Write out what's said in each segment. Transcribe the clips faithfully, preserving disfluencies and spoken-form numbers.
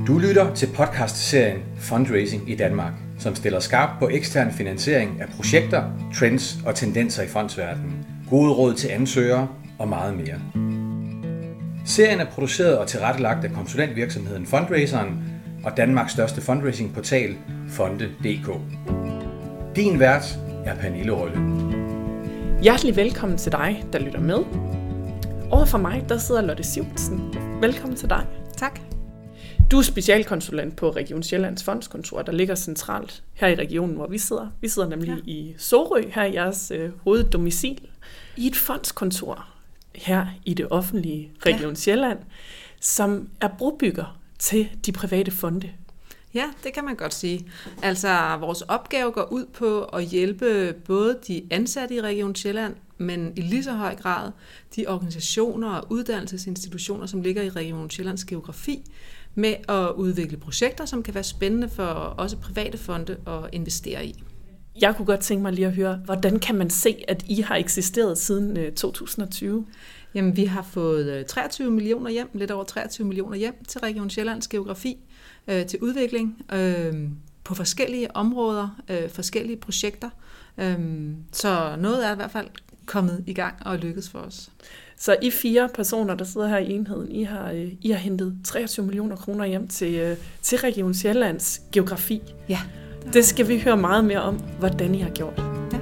Du lytter til podcastserien Fundraising i Danmark, som stiller skarpt på ekstern finansiering af projekter, trends og tendenser i fondsverdenen, gode råd til ansøgere og meget mere. Serien er produceret og tilrettelagt af konsulentvirksomheden Fundraiseren og Danmarks største fundraisingportal Fonde punktum d k. Din vært er Pernille Rølle. Hjertelig velkommen til dig, der lytter med. Overfor mig, der sidder Lotte Sivertsen. Velkommen til dig. Tak. Du er specialkonsulent på Region Sjællands Fondskontor, der ligger centralt her i regionen, hvor vi sidder. Vi sidder nemlig ja. i Sorø, her i jeres øh, hoveddomicil, i et fondskontor her i det offentlige Region ja. Sjælland, som er brobygger til de private fonde. Ja, det kan man godt sige. Altså, vores opgave går ud på at hjælpe både de ansatte i Region Sjælland, men i lige så høj grad de organisationer og uddannelsesinstitutioner, som ligger i Region Sjællands geografi, med at udvikle projekter, som kan være spændende for også private fonde at investere i. Jeg kunne godt tænke mig lige at høre, hvordan kan man se, at I har eksisteret siden to tusind og tyve? Jamen, vi har fået treogtyve millioner hjem, lidt over treogtyve millioner hjem til Region Sjællands geografi, øh, til udvikling øh, på forskellige områder, øh, forskellige projekter. Øh, så noget er i hvert fald kommet i gang og lykkedes for os. Så I fire personer, der sidder her i enheden, I har, I har hentet treogtyve millioner kroner hjem til, til Region Sjællands geografi. Ja. Det skal vi høre meget mere om, hvordan I har gjort. Ja.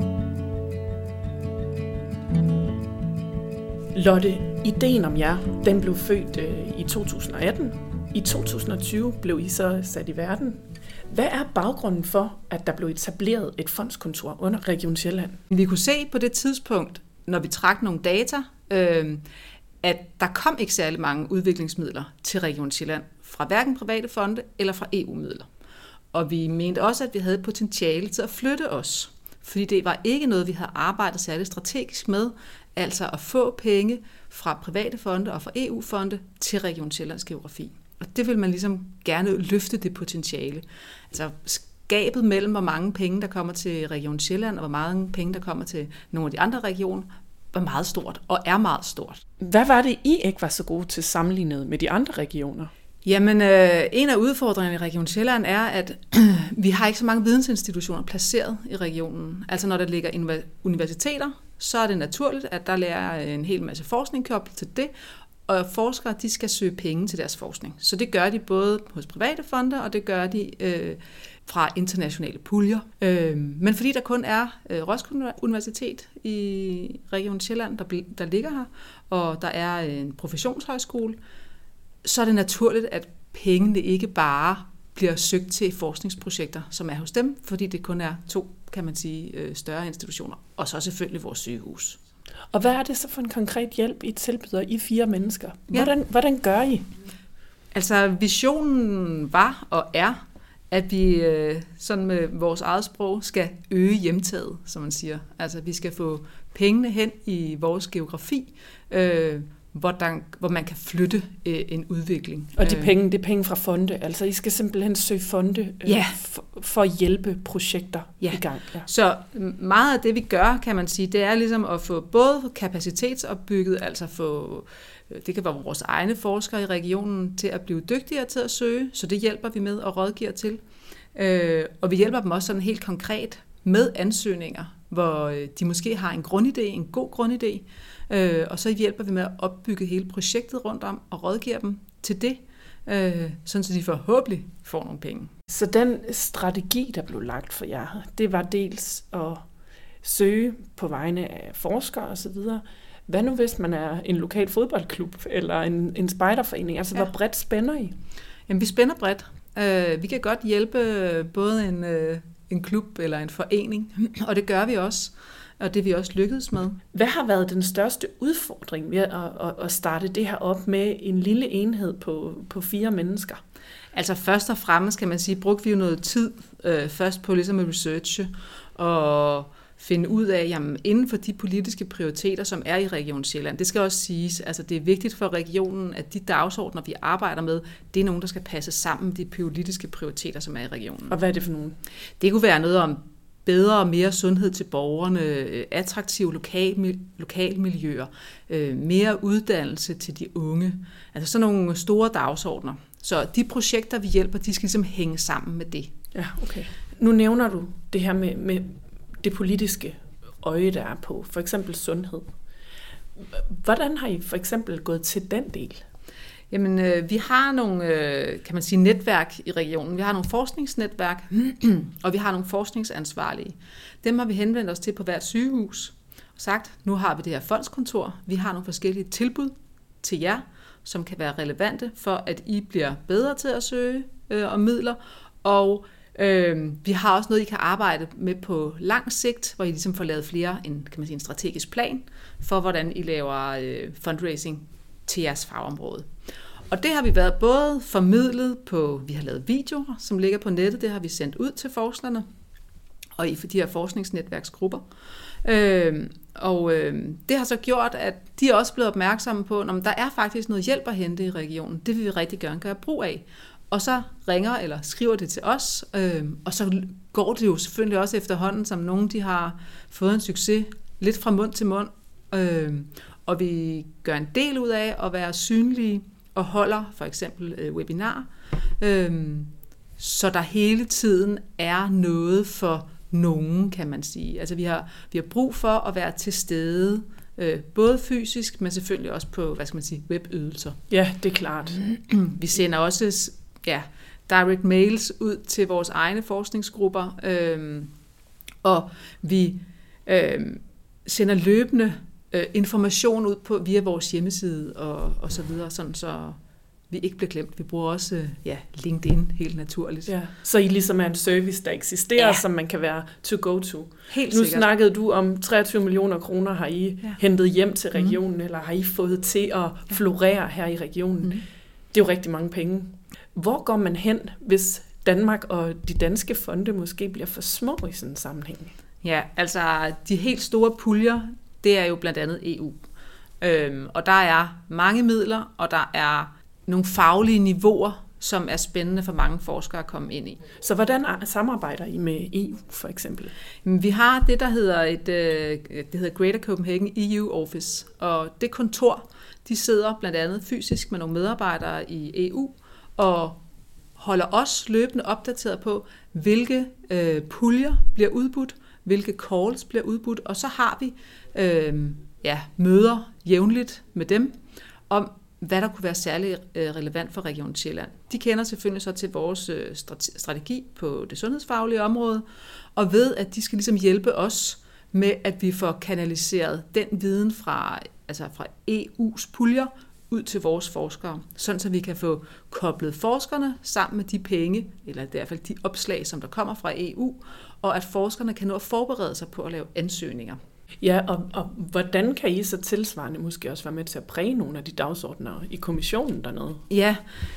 Lotte, ideen om jer, den blev født øh, i to tusind og atten. I to tusind og tyve blev I så sat i verden. Hvad er baggrunden for, at der blev etableret et fondskontor under Region Sjælland? Vi kunne se på det tidspunkt, når vi trak nogle data, øh, at der kom ikke særlig mange udviklingsmidler til Region Sjælland, fra hverken private fonde eller fra E U-midler. Og vi mente også, at vi havde potentiale til at flytte os, fordi det var ikke noget, vi havde arbejdet særlig strategisk med, altså at få penge fra private fonde og fra E U-fonde til Region Sjællands geografi. Og det vil man ligesom gerne løfte det potentiale. Altså gabet mellem, hvor mange penge, der kommer til Region Sjælland, og hvor mange penge, der kommer til nogle af de andre regioner, var meget stort og er meget stort. Hvad var det, I ikke var så gode til sammenlignet med de andre regioner? Jamen, øh, en af udfordringerne i Region Sjælland er, at vi har ikke så mange vidensinstitutioner placeret i regionen. Altså når der ligger universiteter, så er det naturligt, at der lærer en hel masse forskning koblet til det, og forskere, de skal søge penge til deres forskning. Så det gør de både hos private fonde, og det gør de øh, fra internationale puljer. Øh, men fordi der kun er øh, Roskilde Universitet i Region Sjælland, der, der ligger her, og der er en professionshøjskole, så er det naturligt, at pengene ikke bare bliver søgt til forskningsprojekter, som er hos dem, fordi det kun er to, kan man sige, større institutioner, og så selvfølgelig vores sygehus. Og hvad er det så for en konkret hjælp, I tilbyder I fire mennesker? Hvordan, ja. hvordan gør I? Altså, visionen var og er, at vi sådan med vores eget sprog skal øge hjemtaget, som man siger. Altså, vi skal få pengene hen i vores geografi, øh, Hvor, der, hvor man kan flytte øh, en udvikling. Og de penge, det er penge fra fonde, altså I skal simpelthen søge fonde øh, ja. for, for at hjælpe projekter ja. i gang. Ja. Så meget af det, vi gør, kan man sige, det er ligesom at få både kapacitetsopbygget, altså få, det kan være vores egne forskere i regionen til at blive dygtigere til at søge, så det hjælper vi med og rådgiver til. Øh, og vi hjælper dem også sådan helt konkret med ansøgninger, hvor de måske har en grundidé, en god grundidé, Øh, og så hjælper vi med at opbygge hele projektet rundt om og rådgiver dem til det, øh, sådan så de forhåbentlig får nogle penge. Så den strategi, der blev lagt for jer, det var dels at søge på vegne af forskere osv. Hvad nu hvis man er en lokal fodboldklub eller en, en spejderforening? Altså ja. Hvor bredt spænder I? Jamen vi spænder bredt. Øh, vi kan godt hjælpe både en, øh, en klub eller en forening, og det gør vi også. Og det vi også lykkedes med. Hvad har været den største udfordring ved at, at starte det her op med en lille enhed på, på fire mennesker? Altså først og fremmest kan man sige, brugte vi jo noget tid øh, først på ligesom at researche og finde ud af, jamen inden for de politiske prioriteter, som er i Region Sjælland, det skal også siges, altså det er vigtigt for regionen, at de dagsordner, vi arbejder med, det er nogen, der skal passe sammen med de politiske prioriteter, som er i regionen. Og hvad er det for nogen? Det kunne være noget om bedre og mere sundhed til borgerne, attraktive lokal, lokalmiljøer, mere uddannelse til de unge. Altså sådan nogle store dagsordner, Så de projekter, vi hjælper, de skal ligesom hænge sammen med det. Ja, okay. Nu nævner du det her med, med det politiske øje, der er på, for eksempel sundhed. Hvordan har I for eksempel gået til den del? Jamen, øh, vi har nogle, øh, kan man sige, netværk i regionen. Vi har nogle forskningsnetværk, og vi har nogle forskningsansvarlige. Dem har vi henvendt os til på hvert sygehus og sagt, nu har vi det her fondskontor. Vi har nogle forskellige tilbud til jer, som kan være relevante for, at I bliver bedre til at søge øh, om midler. Og øh, vi har også noget, I kan arbejde med på lang sigt, hvor I ligesom får lavet flere, en, kan man sige, en strategisk plan for, hvordan I laver øh, fundraising til jeres fagområde. Og det har vi været både formidlet på, vi har lavet videoer, som ligger på nettet, det har vi sendt ud til forskerne, og i for de her forskningsnetværksgrupper. Øh, og øh, det har så gjort, at de er også blevet opmærksomme på, at der er faktisk noget hjælp at hente i regionen. Det vil vi rigtig gerne gøre brug af. Og så ringer eller skriver det til os, øh, og så går det jo selvfølgelig også efterhånden, som nogen de har fået en succes, lidt fra mund til mund. Øh, og vi gør en del ud af at være synlige og holder for eksempel øh, webinar, øh, så der hele tiden er noget for nogen, kan man sige. Altså vi har, vi har brug for at være til stede, øh, både fysisk, men selvfølgelig også på, hvad skal man sige, webydelser. Ja, det er klart. Vi sender også ja, direct mails ud til vores egne forskningsgrupper, øh, og vi øh, sender løbende øh, information ud på via vores hjemmeside og, og så videre, sådan så vi ikke bliver glemt. Vi bruger også ja, LinkedIn helt naturligt. Ja, så I ligesom er en service, der eksisterer, ja. Som man kan være to go to. Helt nu sikkert. Snakkede du om treogtyve millioner kroner har I ja. hentet hjem til regionen, mm. eller har I fået til at florere her i regionen. Mm. Det er jo rigtig mange penge. Hvor går man hen, hvis Danmark og de danske fonde måske bliver for små i sådan en sammenhæng? Ja, altså de helt store puljer, det er jo blandt andet E U. Øhm, og der er mange midler, og der er nogle faglige niveauer, som er spændende for mange forskere at komme ind i. Så hvordan samarbejder I med E U for eksempel? Vi har det, der hedder et det hedder Greater Copenhagen E U Office, og det kontor, de sidder blandt andet fysisk med nogle medarbejdere i E U, og holder os løbende opdateret på, hvilke øh, puljer bliver udbudt, hvilke calls bliver udbudt, og så har vi øh, ja, møder jævnligt med dem, om hvad der kunne være særlig relevant for Region Sjælland. De kender selvfølgelig så til vores strategi på det sundhedsfaglige område, og ved, at de skal ligesom hjælpe os med, at vi får kanaliseret den viden fra, altså fra E U's puljer ud til vores forskere, sådan så vi kan få koblet forskerne sammen med de penge, eller i hvert fald de opslag, som der kommer fra E U, og at forskerne kan nå at forberede sig på at lave ansøgninger. Ja, og, og hvordan kan I så tilsvarende måske også være med til at præge nogle af de dagsordner i kommissionen dernede? Ja,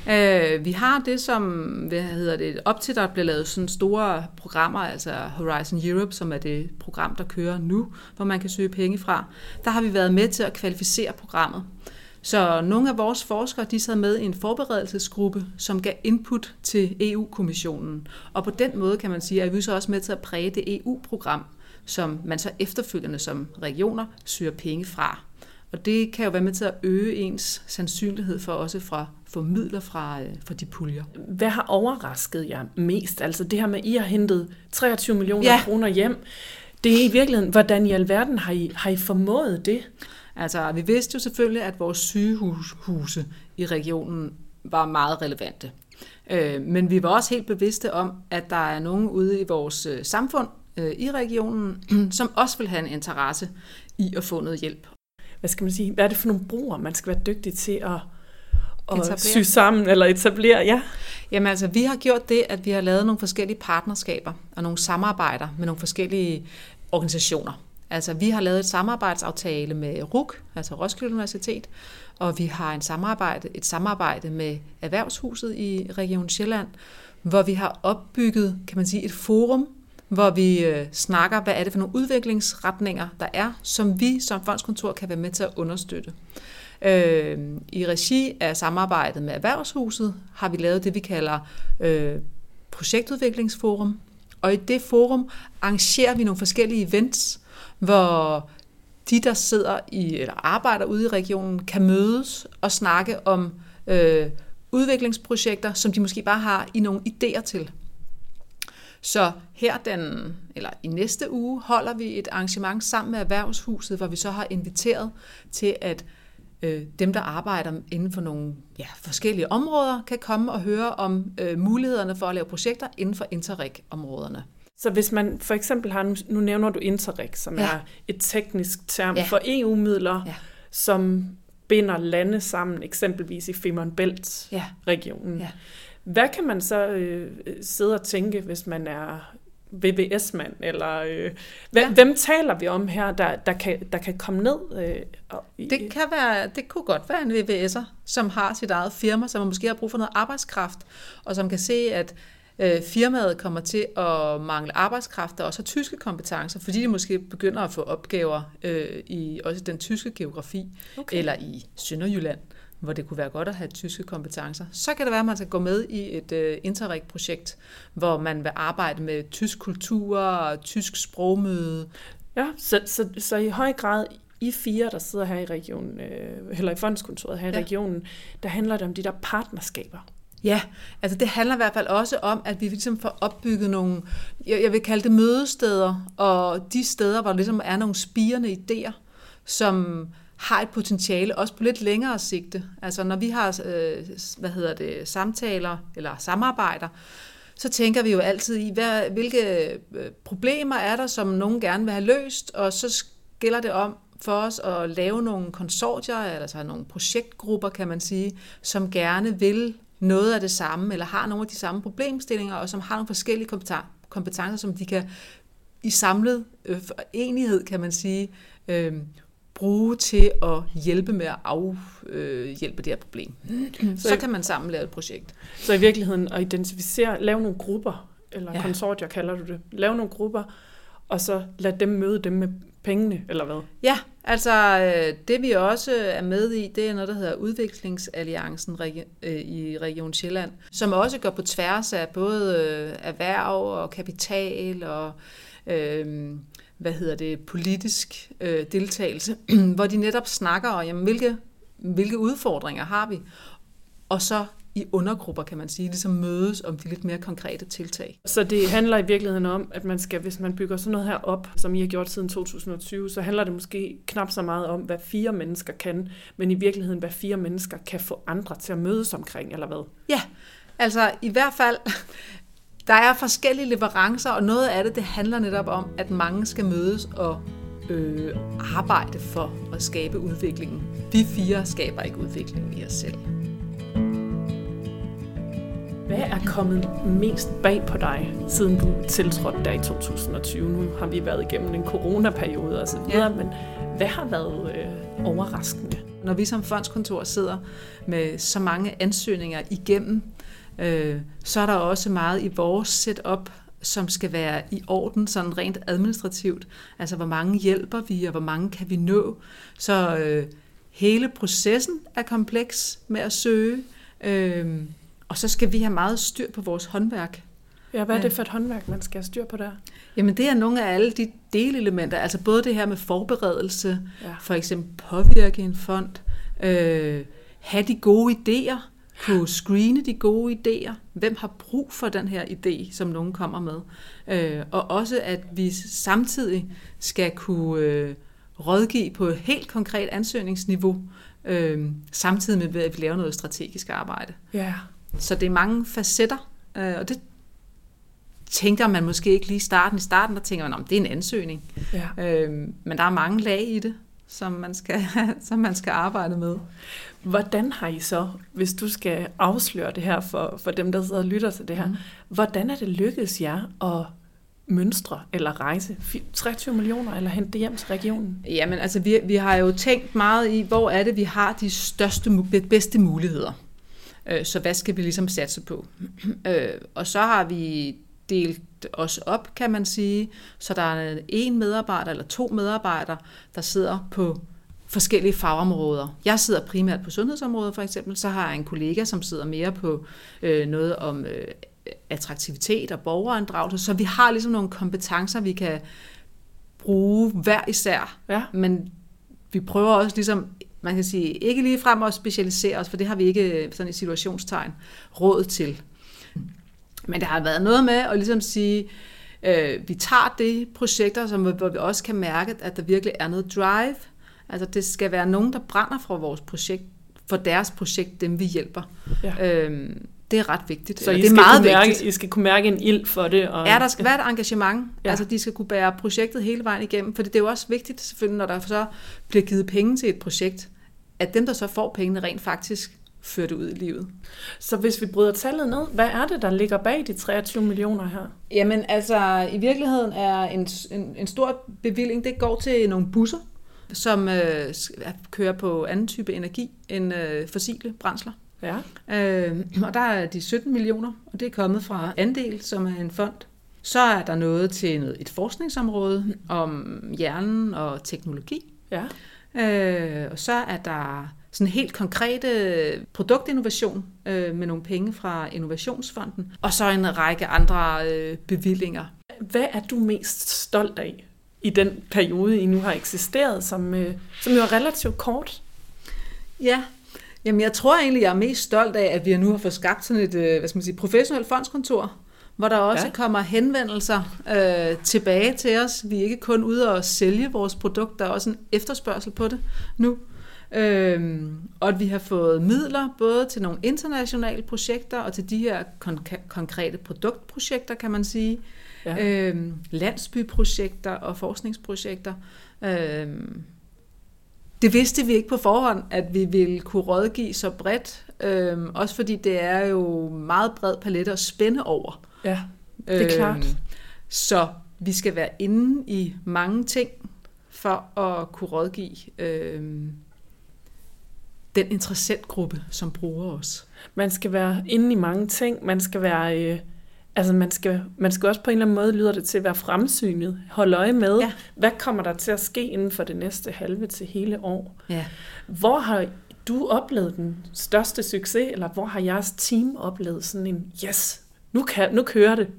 øh, vi har det, som hvad hedder det, op til der bliver lavet sådan store programmer, altså Horizon Europe, som er det program, der kører nu, hvor man kan søge penge fra. Der har vi været med til at kvalificere programmet. Så nogle af vores forskere, de sad med i en forberedelsesgruppe, som gav input til E U-kommissionen. Og på den måde kan man sige, at vi så også med til at præge det E U-program, som man så efterfølgende som regioner søger penge fra. Og det kan jo være med til at øge ens sandsynlighed for også fra få midler fra, fra de puljer. Hvad har overrasket jer mest? Altså det her med, at I har hentet treogtyve millioner ja. kroner hjem. Det er i virkeligheden, hvordan i alverden har I, har I formået det? Altså, vi vidste jo selvfølgelig, at vores sygehuse i regionen var meget relevante. Men vi var også helt bevidste om, at der er nogen ude i vores samfund, i regionen, som også vil have en interesse i at få noget hjælp. Hvad skal man sige? Hvad er det for nogle brugere, man skal være dygtig til at, at sy sammen eller etablere? Ja. Jamen altså, vi har gjort det, at vi har lavet nogle forskellige partnerskaber og nogle samarbejder med nogle forskellige organisationer. Altså, vi har lavet et samarbejdsaftale med R U C, altså Roskilde Universitet, og vi har en samarbejde, et samarbejde med Erhvervshuset i Region Sjælland, hvor vi har opbygget, kan man sige, et forum, hvor vi øh, snakker, hvad er det for nogle udviklingsretninger, der er, som vi som fondskontor kan være med til at understøtte. Øh, I regi af samarbejdet med Erhvervshuset har vi lavet det, vi kalder øh, projektudviklingsforum, og i det forum arrangerer vi nogle forskellige events, hvor de, der sidder i eller arbejder ude i regionen, kan mødes og snakke om øh, udviklingsprojekter, som de måske bare har i nogle idéer til. Så her den, eller i næste uge holder vi et arrangement sammen med Erhvervshuset, hvor vi så har inviteret til, at øh, dem, der arbejder inden for nogle ja, forskellige områder, kan komme og høre om øh, mulighederne for at lave projekter inden for Interreg-områderne. Så hvis man for eksempel har, nu nævner du Interreg, som ja. er et teknisk term ja. for E U-midler, ja. som binder lande sammen, eksempelvis i Femern Bælt-regionen. Ja. Ja. Hvad kan man så øh, sidde og tænke, hvis man er V V S-mand? Eller, øh, hvem, ja. hvem taler vi om her, der, der, kan, der kan komme ned? Øh, og, det, kan være, det kunne godt være en V V S'er, som har sit eget firma, som måske har brug for noget arbejdskraft, og som kan se, at øh, firmaet kommer til at mangle arbejdskraft, der også har tyske kompetencer, fordi de måske begynder at få opgaver øh, i også den tyske geografi, okay. eller i Sønderjylland, hvor det kunne være godt at have tyske kompetencer. Så kan det være, at man skal gå med i et uh, Interreg-projekt, hvor man vil arbejde med tysk kultur og tysk sprogmøde. Ja, så, så, så i høj grad I fire, der sidder her i regionen, øh, eller i fondskontoret her i ja. regionen, der handler det om de der partnerskaber. Ja, altså det handler i hvert fald også om, at vi ligesom får opbygget nogle, jeg vil kalde det mødesteder, og de steder, hvor der ligesom er nogle spirende idéer, som har et potentiale, også på lidt længere sigte. Altså når vi har øh, hvad hedder det, samtaler eller samarbejder, så tænker vi jo altid i, hvad, hvilke problemer er der, som nogen gerne vil have løst, og så gælder det om for os at lave nogle konsortier, altså nogle projektgrupper, kan man sige, som gerne vil noget af det samme, eller har nogle af de samme problemstillinger, og som har nogle forskellige kompetencer, som de kan i samlet øh, enighed, kan man sige, øh, bruge til at hjælpe med at afhjælpe øh, det her problem. Så, så kan man sammen lave et projekt. Så i virkeligheden at identificere, lave nogle grupper, eller ja. konsortier kalder du det, lave nogle grupper, og så lade dem møde dem med pengene, eller hvad? Ja, altså det vi også er med i, det er noget, der hedder Udviklingsalliancen i Region Sjælland, som også går på tværs af både erhverv og kapital og øh, hvad hedder det, politisk øh, deltagelse, hvor de netop snakker om, jamen, hvilke, hvilke udfordringer har vi, og så i undergrupper, kan man sige, ligesom mødes om de lidt mere konkrete tiltag. Så det handler i virkeligheden om, at man skal, hvis man bygger sådan noget her op, som I har gjort siden to tusind og tyve, så handler det måske knap så meget om, hvad fire mennesker kan, men i virkeligheden, hvad fire mennesker kan få andre til at mødes omkring, eller hvad? Ja, altså i hvert fald, der er forskellige leverancer, og noget af det, det handler netop om, at mange skal mødes og øh, arbejde for at skabe udviklingen. Vi fire skaber ikke udviklingen i os selv. Hvad er kommet mest bag på dig, siden du tiltrådte der i to tusind og tyve? Nu har vi været igennem en coronaperiode og så videre, ja. Men hvad har været øh, overraskende? Når vi som fondskontor sidder med så mange ansøgninger igennem, øh, så er der også meget i vores setup, som skal være i orden, sådan rent administrativt. Altså, hvor mange hjælper vi, og hvor mange kan vi nå? Så øh, hele processen er kompleks med at søge, øh, og så skal vi have meget styr på vores håndværk. Ja, hvad er det for et håndværk, man skal have styr på der? Jamen, det er nogle af alle de delelementer, altså både det her med forberedelse, ja. For eksempel påvirke en fond, øh, have de gode idéer, kunne screene de gode idéer, hvem har brug for den her idé, som nogen kommer med, øh, og også at vi samtidig skal kunne øh, rådgive på et helt konkret ansøgningsniveau, øh, samtidig med at vi laver noget strategisk arbejde. Ja. Så det er mange facetter, øh, og det tænker man måske ikke lige i starten. I starten, der tænker man, om det er en ansøgning. Ja. Øh, men der er mange lag i det, som man skal, som man skal arbejde med. Hvordan har I så, hvis du skal afsløre det her for, for dem, der sidder og lytter til det her, mm. hvordan er det lykkedes jer at mønstre eller rejse treogtyve millioner eller hente det hjem til regionen? Jamen altså, vi, vi har jo tænkt meget i, hvor er det, vi har de største, bedste muligheder. Så hvad skal vi ligesom satse på? Og så har vi delt os op, kan man sige, så der er en medarbejder eller to medarbejdere, der sidder på forskellige fagområder. Jeg sidder primært på sundhedsområdet for eksempel, så har jeg en kollega, som sidder mere på øh, noget om øh, attraktivitet og borgerinddragelse, så vi har ligesom nogle kompetencer, vi kan bruge hver især, ja. Men vi prøver også ligesom man kan sige, ikke lige frem at specialisere os, for det har vi ikke sådan i situationstegn råd til. Men det har været noget med at ligesom sige, øh, vi tager de projekter, som, hvor vi også kan mærke, at der virkelig er noget drive. Altså det skal være nogen, der brænder for vores projekt, for deres projekt, dem vi hjælper. Ja. Øhm, det er ret vigtigt. Så I det er skal, meget mærke, vigtigt. I skal kunne mærke en ild for det. Og ja, der skal være et engagement. Ja. Altså de skal kunne bære projektet hele vejen igennem, for det er jo også vigtigt selvfølgelig, når der så bliver givet penge til et projekt, at dem, der så får pengene, rent faktisk fører det ud i livet. Så hvis vi bryder tallet ned, hvad er det, der ligger bag de treogtyve millioner her? Jamen altså, i virkeligheden er en, en, en stor bevilling, det går til nogle busser, som øh, kører på anden type energi end øh, fossile brændsler. Ja. Øh, og der er de sytten millioner, og det er kommet fra Andel, som er en fond. Så er der noget til noget, et forskningsområde om hjernen og teknologi. Ja. Øh, og så er der sådan en helt konkrete produktinnovation øh, med nogle penge fra Innovationsfonden, og så en række andre øh, bevillinger. Hvad er du mest stolt af i den periode, I nu har eksisteret, som, øh, som jo er relativt kort? Ja, jamen jeg tror egentlig, jeg er mest stolt af, at vi nu har fået skabt sådan et øh, hvad skal man sige, professionelt fondskontor, hvor der også ja. kommer henvendelser øh, tilbage til os. Vi er ikke kun ude og sælge vores produkt, der er også en efterspørgsel på det nu. Øhm, og at vi har fået midler både til nogle internationale projekter og til de her kon- konkrete produktprojekter, kan man sige. Ja. Øhm, landsbyprojekter og forskningsprojekter. Øhm, det vidste vi ikke på forhånd, at vi ville kunne rådgive så bredt. Øhm, også fordi det er jo meget bred palet at spænde over. Ja, det er klart. Øhm, så vi skal være inde i mange ting for at kunne rådgive øhm, den interessentgruppe, som bruger os. Man skal være inde i mange ting. Man skal være, øh, altså man skal, man skal også på en eller anden måde, lyder det til at være fremsynet. Holde øje med, ja. hvad kommer der til at ske inden for det næste halve til hele år. Ja. Hvor har du oplevet den største succes, eller hvor har jeres team oplevet sådan en, yes, nu, kan, nu kører det?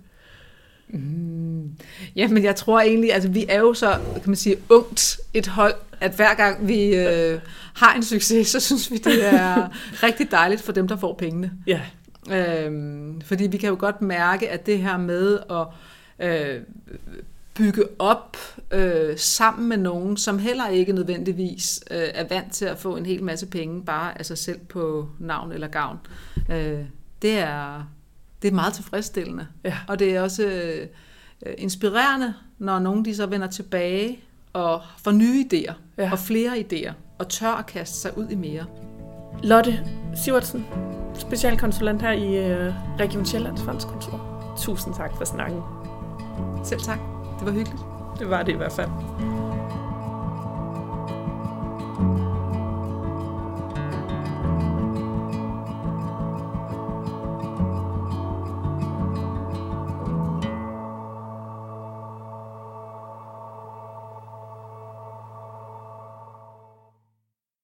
Mm. Jamen jeg tror egentlig, altså vi er jo så, kan man sige, ungt et hold, at hver gang vi øh, har en succes, så synes vi, det er rigtig dejligt for dem, der får pengene. Ja. Øhm, fordi vi kan jo godt mærke, at det her med at øh, bygge op øh, sammen med nogen, som heller ikke nødvendigvis øh, er vant til at få en hel masse penge, bare af sig selv på navn eller gavn, øh, det er... Det er meget tilfredsstillende, ja. Og det er også øh, inspirerende, når nogen de så vender tilbage og får nye idéer, ja. Og flere idéer, og tør at kaste sig ud i mere. Lotte Sivertsen, specialkonsulent her i øh, Region Sjællands Fondskontor. Tusind tak for snakken. Selv tak. Det var hyggeligt. Det var det i hvert fald.